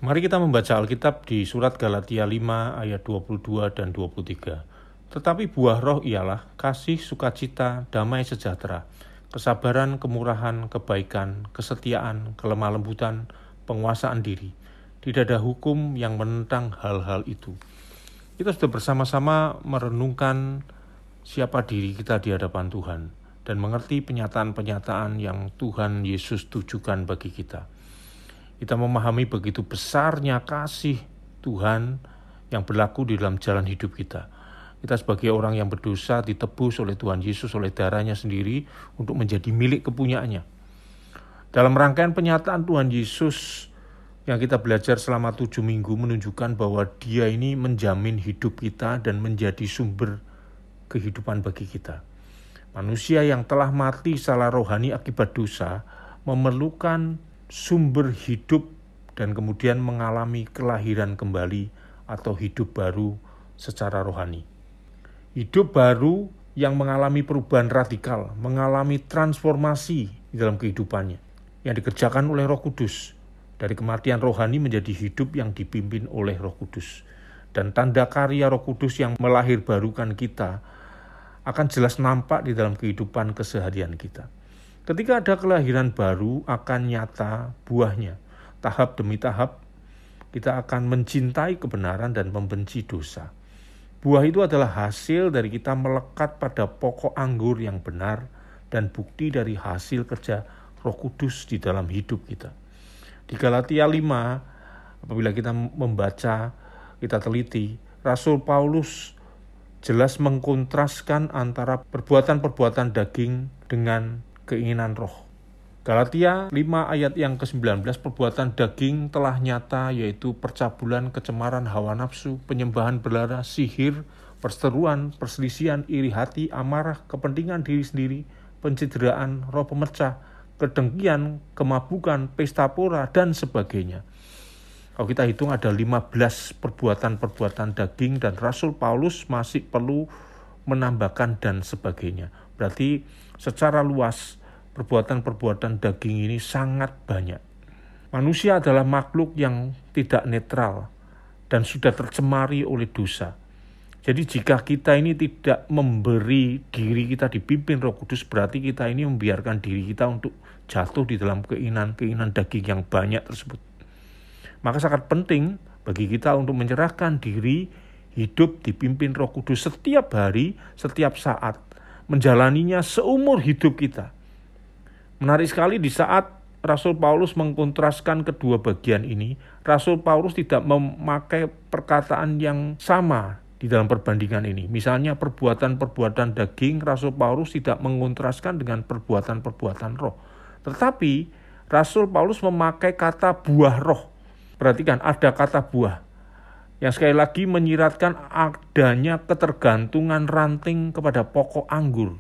Mari kita membaca Alkitab di surat Galatia 5 ayat 22 dan 23. Tetapi buah roh ialah kasih, sukacita, damai sejahtera, kesabaran, kemurahan, kebaikan, kesetiaan, kelemah lembutan, penguasaan diri. Tidak ada hukum yang menentang hal-hal itu. Kita sudah bersama-sama merenungkan siapa diri kita di hadapan Tuhan dan mengerti penyataan-penyataan yang Tuhan Yesus tujukan bagi kita. Kita memahami begitu besarnya kasih Tuhan yang berlaku di dalam jalan hidup kita. Kita sebagai orang yang berdosa ditebus oleh Tuhan Yesus oleh darahnya sendiri untuk menjadi milik kepunyaannya. Dalam rangkaian penyataan Tuhan Yesus yang kita belajar selama 7 minggu menunjukkan bahwa Dia ini menjamin hidup kita dan menjadi sumber kehidupan bagi kita. Manusia yang telah mati secara rohani akibat dosa memerlukan sumber hidup dan kemudian mengalami kelahiran kembali atau hidup baru secara rohani. Hidup baru yang mengalami perubahan radikal, mengalami transformasi di dalam kehidupannya yang dikerjakan oleh Roh Kudus. Dari kematian rohani menjadi hidup yang dipimpin oleh Roh Kudus. Dan tanda karya Roh Kudus yang melahirbarukan kita akan jelas nampak di dalam kehidupan keseharian kita. Ketika ada kelahiran baru akan nyata buahnya. Tahap demi tahap kita akan mencintai kebenaran dan membenci dosa. Buah itu adalah hasil dari kita melekat pada pokok anggur yang benar dan bukti dari hasil kerja Roh Kudus di dalam hidup kita. Di Galatia 5, apabila kita membaca, kita teliti, Rasul Paulus jelas mengkontraskan antara perbuatan-perbuatan daging dengan keinginan roh. Galatia 5 ayat yang ke-19, perbuatan daging telah nyata, yaitu percabulan, kecemaran, hawa nafsu, penyembahan berhala, sihir, perseteruan, perselisihan, iri hati, amarah, kepentingan diri sendiri, pencideraan, roh pemecah, kedengkian, kemabukan, pesta pora, dan sebagainya. Kalau kita hitung ada 15 perbuatan-perbuatan daging dan Rasul Paulus masih perlu menambahkan dan sebagainya. Berarti secara luas perbuatan-perbuatan daging ini sangat banyak. Manusia adalah makhluk yang tidak netral dan sudah tercemari oleh dosa. Jadi jika kita ini tidak memberi diri kita dipimpin Roh Kudus, berarti kita ini membiarkan diri kita untuk jatuh di dalam keinginan daging yang banyak tersebut. Maka sangat penting bagi kita untuk menyerahkan diri hidup dipimpin Roh Kudus setiap hari, setiap saat, menjalaninya seumur hidup kita. Menarik sekali di saat Rasul Paulus mengkontraskan kedua bagian ini, Rasul Paulus tidak memakai perkataan yang sama di dalam perbandingan ini. Misalnya perbuatan-perbuatan daging, Rasul Paulus tidak mengontraskan dengan perbuatan-perbuatan roh. Tetapi Rasul Paulus memakai kata buah roh. Perhatikan, ada kata buah yang sekali lagi menyiratkan adanya ketergantungan ranting kepada pokok anggur.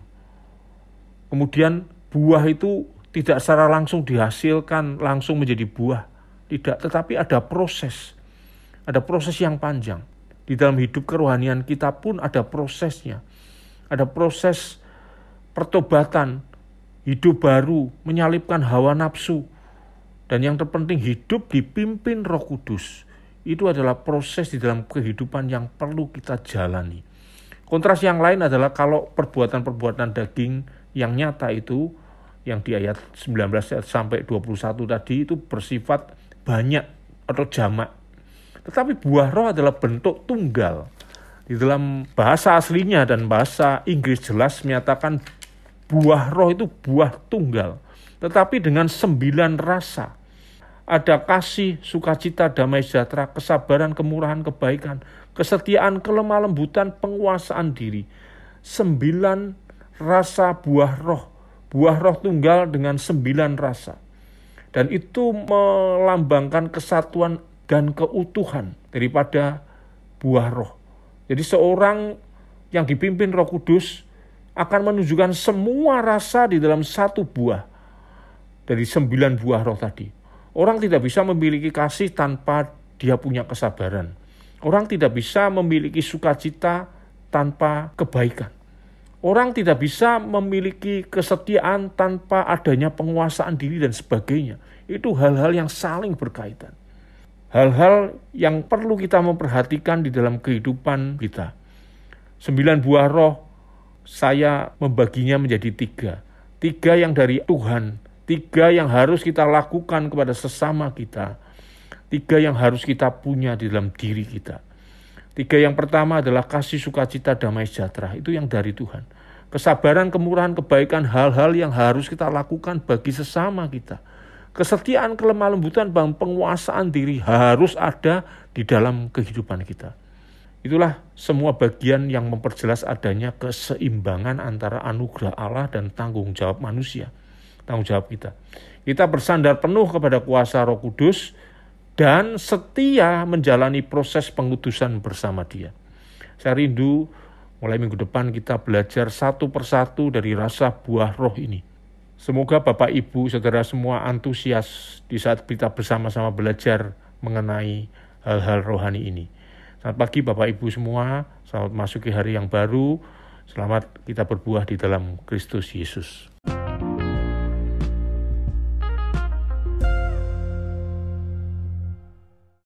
Kemudian buah itu tidak secara langsung dihasilkan, langsung menjadi buah. Tidak, tetapi ada proses. Ada proses yang panjang. Di dalam hidup kerohanian kita pun ada prosesnya. Ada proses pertobatan, hidup baru, menyalipkan hawa nafsu. Dan yang terpenting hidup dipimpin Roh Kudus. Itu adalah proses di dalam kehidupan yang perlu kita jalani. Kontras yang lain adalah kalau perbuatan-perbuatan daging yang nyata itu, yang di ayat 19 sampai 21 tadi itu bersifat banyak atau jamak. Tetapi buah roh adalah bentuk tunggal. Di dalam bahasa aslinya dan bahasa Inggris jelas menyatakan buah roh itu buah tunggal. Tetapi dengan 9 rasa. Ada kasih, sukacita, damai sejahtera, kesabaran, kemurahan, kebaikan, kesetiaan, kelemah lembutan, penguasaan diri. 9 rasa buah roh. Buah roh tunggal dengan 9 rasa. Dan itu melambangkan kesatuan dan keutuhan daripada buah roh. Jadi seorang yang dipimpin Roh Kudus akan menunjukkan semua rasa di dalam satu buah dari 9 buah roh tadi. Orang tidak bisa memiliki kasih tanpa dia punya kesabaran. Orang tidak bisa memiliki sukacita tanpa kebaikan. Orang tidak bisa memiliki kesetiaan tanpa adanya penguasaan diri dan sebagainya. Itu hal-hal yang saling berkaitan. hal-hal yang perlu kita memperhatikan di dalam kehidupan kita. 9 buah roh, saya membaginya menjadi 3. 3 yang dari Tuhan, 3 yang harus kita lakukan kepada sesama kita, 3 yang harus kita punya di dalam diri kita. 3 yang pertama adalah kasih, sukacita, damai sejahtera. Itu yang dari Tuhan. Kesabaran, kemurahan, kebaikan, hal-hal yang harus kita lakukan bagi sesama kita. Kesetiaan, kelemah lembutan, penguasaan diri harus ada di dalam kehidupan kita. Itulah semua bagian yang memperjelas adanya keseimbangan antara anugerah Allah dan tanggung jawab manusia, tanggung jawab kita. Kita bersandar penuh kepada kuasa Roh Kudus dan setia menjalani proses pengudusan bersama Dia. Saya rindu mulai minggu depan kita belajar satu persatu dari rasa buah roh ini. Semoga Bapak, Ibu, Saudara semua antusias di saat kita bersama-sama belajar mengenai hal-hal rohani ini. Selamat pagi Bapak Ibu semua, selamat masuki hari yang baru, selamat kita berbuah di dalam Kristus Yesus.